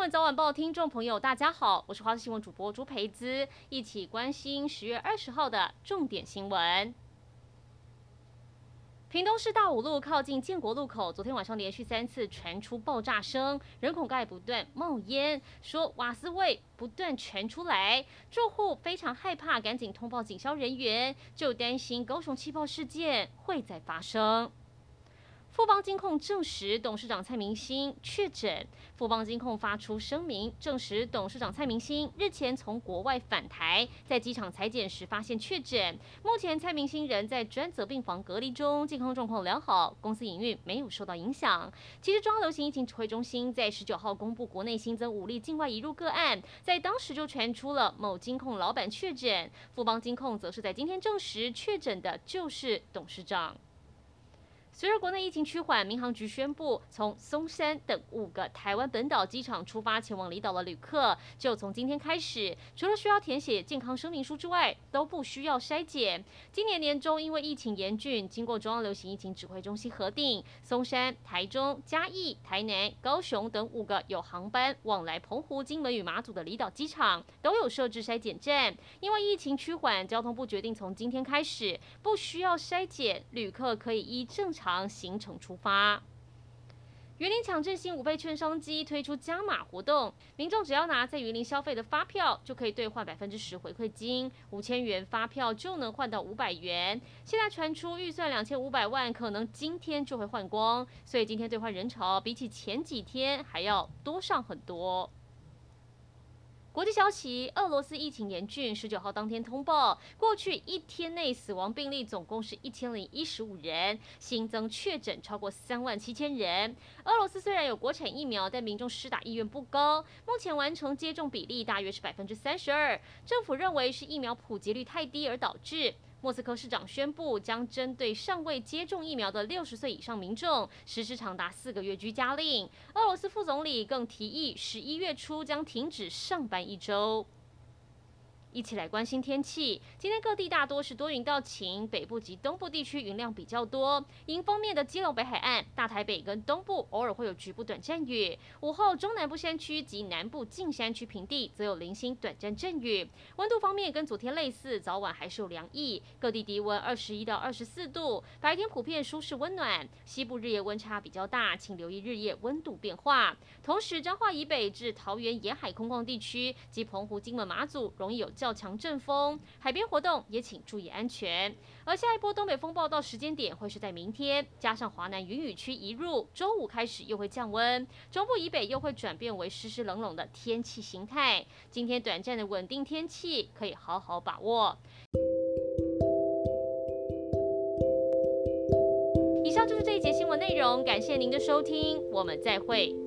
闻早晚报听众朋友，大家好，我是华视新闻主播朱培姿，一起关心10月20号的重点新闻。屏东市大武路靠近建国路口，昨天晚上连续3次传出爆炸声，人孔盖不断冒烟，说瓦斯味不断传出来，住户非常害怕，赶紧通报警消人员，就担心高雄气爆事件会再发生。富邦金控证实董事长蔡明兴确诊。富邦金控发出声明，证实董事长蔡明兴日前从国外返台，在机场采检时发现确诊。目前蔡明兴仍在专责病房隔离中，健康状况良好，公司营运没有受到影响。其实中央流行疫情指挥中心在19号公布国内新增5例境外移入个案，在当时就传出了某金控老板确诊，富邦金控则是在今天证实确诊的就是董事长。随着国内疫情趋缓，民航局宣布，从松山等5个台湾本岛机场出发前往离岛的旅客，就从今天开始，除了需要填写健康声明书之外，都不需要筛检。今年年中因为疫情严峻，经过中央流行疫情指挥中心核定，松山、台中、嘉义、台南、高雄等5个有航班往来澎湖、金门与马祖的离岛机场，都有设置筛检站。因为疫情趋缓，交通部决定从今天开始，不需要筛检，旅客可以依正常行程出发。云林抢振兴5倍券商机推出加码活动，民众只要拿在云林消费的发票，就可以兑换10%回馈金，5000元发票就能换到500元。现在传出预算2500万，可能今天就会换光，所以今天兑换人潮比起前几天还要多上很多。国际消息，俄罗斯疫情严峻，19号当天通报，过去1天内死亡病例总共是1015人，新增确诊超过37000人。俄罗斯虽然有国产疫苗，但民众施打意愿不高，目前完成接种比例大约是32%，政府认为是疫苗普及率太低而导致。莫斯科市长宣布，将针对尚未接种疫苗的60岁以上民众实施长达4个月居家令。俄罗斯副总理更提议11月初将停止上班1周。一起来关心天气。今天各地大多是多云到晴，北部及东部地区云量比较多。迎风面的基隆北海岸、大台北跟东部偶尔会有局部短暂雨。午后中南部山区及南部近山区平地则有零星短暂阵雨。温度方面跟昨天类似，早晚还是有凉意，各地低温21到24度，白天普遍舒适温暖。西部日夜温差比较大，请留意日夜温度变化。同时，彰化以北至桃园沿海空旷地区及澎湖、金门、马祖容易有较强阵风，海边活动也请注意安全。而下一波东北风报道时间点会是在明天，加上华南云雨区移入，周5开始又会降温，中部以北又会转变为湿湿冷冷的天气形态。今天短暂的稳定天气可以好好把握。以上就是这一节新闻内容，感谢您的收听，我们再会。